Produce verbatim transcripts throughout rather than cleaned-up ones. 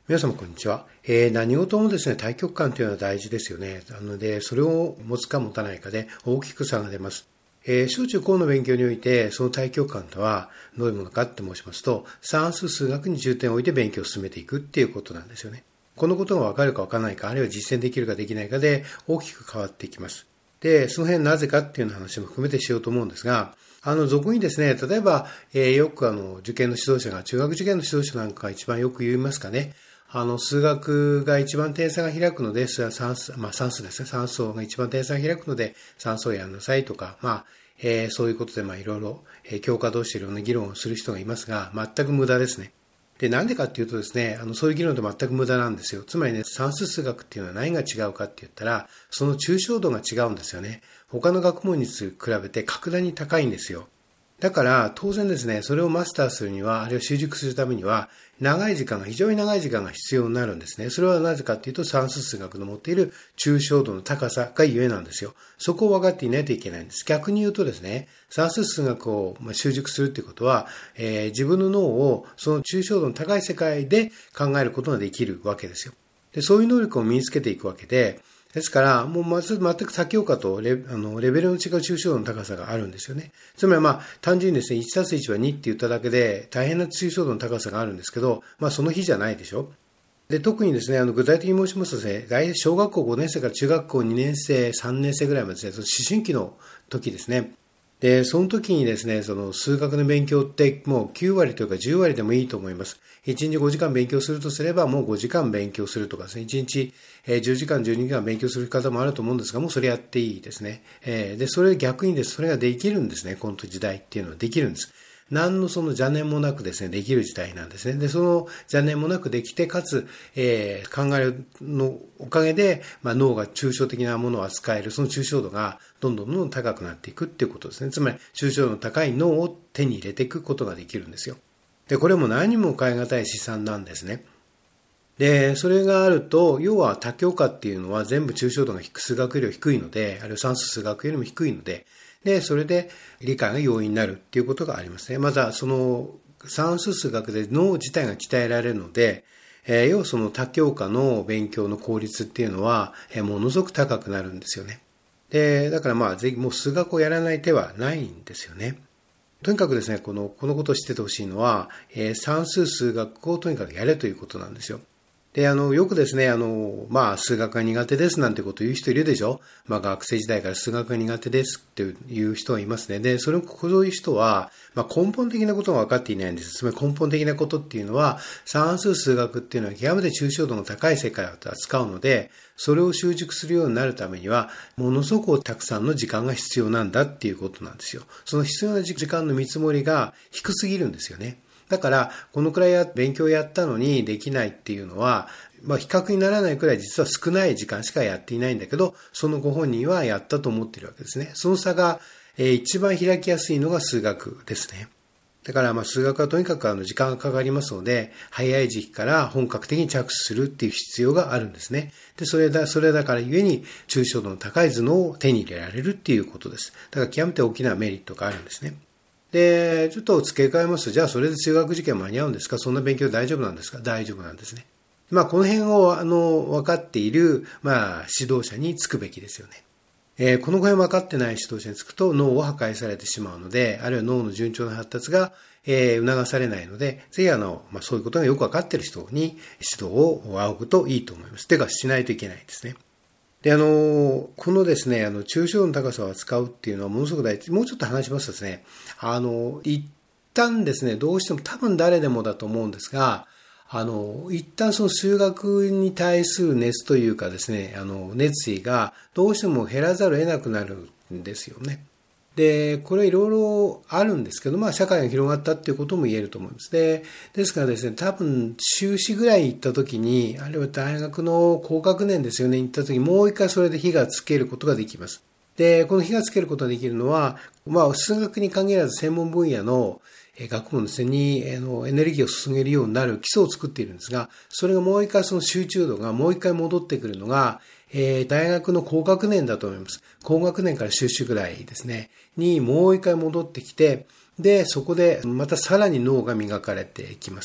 皆様こんにちは。えー、何事もですね、大局観というのは大事ですよね。なので、それを持つか持たないかで大きく差が出ます。えー、小中高の勉強において、その大局観とはどういうものかって申しますと、算数数学に重点を置いて勉強を進めていくっていうことなんですよね。このことが分かるか分からないか、あるいは実践できるかできないかで大きく変わっていきます。で、その辺なぜかっていう話も含めてしようと思うんですが、あの、俗にですね、例えば、えー、よくあの、受験の指導者が、中学受験の指導者なんかが一番よく言いますかね。あの、数学が一番点差が開くので、算数、まあ算数ですね。算数が一番点差が開くので、算数をやんなさいとか、まあ、えー、そういうことで、まあいろいろ、えー、教科同士でいろんな議論をする人がいますが、全く無駄ですね。で、なんでかっていうとですね、あの、そういう議論って全く無駄なんですよ。つまりね、算数数学っていうのは何が違うかって言ったら、その抽象度が違うんですよね。他の学問に比べて格段に高いんですよ。だから、当然ですね、それをマスターするには、あるいは習熟するためには、長い時間が、非常に長い時間が必要になるんですね。それはなぜかっていうと、算数数学の持っている抽象度の高さがゆえなんですよ。そこを分かっていないといけないんです。逆に言うとですね、算数数学を習熟するっていうことは、えー、自分の脳をその抽象度の高い世界で考えることができるわけですよ。で、そういう能力を身につけていくわけで、ですから、もうまず全く多教科とレあのレベルの違う抽象度の高さがあるんですよね。つまりまあ、単純にですね、いちたすいちはにって言っただけで大変な抽象度の高さがあるんですけど、まあその日じゃないでしょ。で、特にですね、あの具体的に申しますとですね、小学校ごねん生から中学校にねん生、さんねん生ぐらいまでですね、その思春期の時ですね。で、その時にですね、その数学の勉強ってもうきゅうわりというかじゅうわりでもいいと思います。いちにちごじかん勉強するとすればもうごじかん勉強するとかですね、いちにちじゅうじかん、じゅうにじかん勉強する方もあると思うんですが、もうそれやっていいですね。で、それ逆にです、それができるんですね、この時代っていうのはできるんです。何のその邪念もなくですね、できる時代なんですね。で、その邪念もなくできて、かつ、えー、考えるのおかげで、まあ、脳が抽象的なものを扱える、その抽象度がどんどんどんどん高くなっていくっていうことですね。つまり、抽象度の高い脳を手に入れていくことができるんですよ。で、これも何も変え難い試算なんですね。で、それがあると、要は多教科っていうのは全部抽象度が数学より低いので、あるいは算数数学よりも低いので、で、それで理解が容易になるっていうことがありますね。また、その算数数学で脳自体が鍛えられるので、えー、要はその多教科の勉強の効率っていうのは、えー、ものすごく高くなるんですよね。で、だからまあ、ぜひもう数学をやらない手はないんですよね。とにかくですね、この、このことを知っててほしいのは、えー、算数数学をとにかくやれということなんですよ。で、あの、よくですね、あの、まあ、数学が苦手ですなんてことを言う人いるでしょ。まあ、学生時代から数学が苦手ですっていう人がいますね。で、それ、そういう人は、まあ、根本的なことが分かっていないんです。つまり根本的なことっていうのは、算数数学っていうのは極めて抽象度の高い世界を扱うので、それを習熟するようになるためには、ものすごくたくさんの時間が必要なんだっていうことなんですよ。その必要な時間の見積もりが低すぎるんですよね。だから、このくらいや勉強やったのにできないっていうのは、まあ、比較にならないくらい実は少ない時間しかやっていないんだけど、そのご本人はやったと思っているわけですね。その差が、えー、一番開きやすいのが数学ですね。だから、まあ、数学はとにかくあの時間がかかりますので、早い時期から本格的に着手するっていう必要があるんですね。で、それだ、それだからゆえに、抽象度の高い頭脳を手に入れられるっていうことです。だから極めて大きなメリットがあるんですね。で、ちょっと付け替えますと、じゃあそれで中学受験間に合うんですか？そんな勉強大丈夫なんですか？大丈夫なんですね。まあ、この辺を、あの、分かっている、まあ、指導者につくべきですよね。えー、この辺分かってない指導者につくと脳を破壊されてしまうので、あるいは脳の順調な発達が、えー、促されないので、ぜひあの、まあ、そういうことがよく分かっている人に指導を仰ぐといいと思います。てか、しないといけないですね。で、あの、このですね、あの、抽象度の高さを扱うっていうのはものすごく大事。もうちょっと話しますとですね、あの、一旦ですね、どうしても多分誰でもだと思うんですが、あの、一旦その数学に対する熱というかですね、あの、熱意がどうしても減らざるを得なくなるんですよね。で、これいろいろあるんですけど、まあ社会が広がったっていうことも言えると思います。で、ですからですね、多分修士ぐらい行った時に、あるいは大学の高学年ですよね、行った時にもう一回それで火がつけることができます。で、この火がつけることができるのは、まあ数学に限らず専門分野の学問ですね、にエネルギーを注げるようになる基礎を作っているんですが、それがもう一回その集中度がもう一回戻ってくるのが、えー、大学の高学年だと思います。高学年から修士ぐらいですね、にもう一回戻ってきて、で、そこでまたさらに脳が磨かれていきます。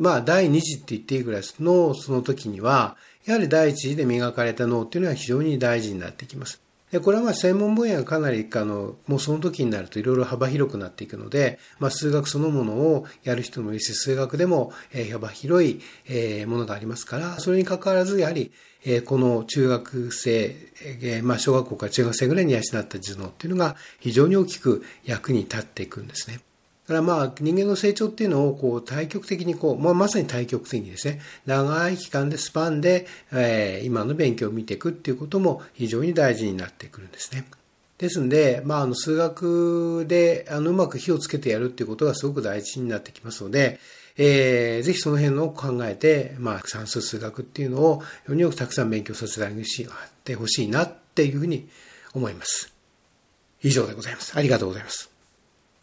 まあ第二次って言っていいぐらいのその時には、やはり第一次で磨かれた脳っていうのは非常に大事になってきます。で、これはまあ専門分野がかなり、あの、もうその時になるといろいろ幅広くなっていくので、まあ数学そのものをやる人もいるし、数学でも幅広いものがありますから、それに関わらずやはり、この中学生、まあ小学校から中学生ぐらいに養った頭脳っていうのが非常に大きく役に立っていくんですね。だからまあ人間の成長っていうのをこう対極的にこう、まあ、まさに対極的にですね、長い期間でスパンで、えー、今の勉強を見ていくっていうことも非常に大事になってくるんですね。ですんで、まあ、あの数学であのうまく火をつけてやるっていうことがすごく大事になってきますので、えー、ぜひその辺のを考えて、まあ、算数数学っていうのをよりよくたくさん勉強させてほしいなっていうふうに思います。以上でございます。ありがとうございます。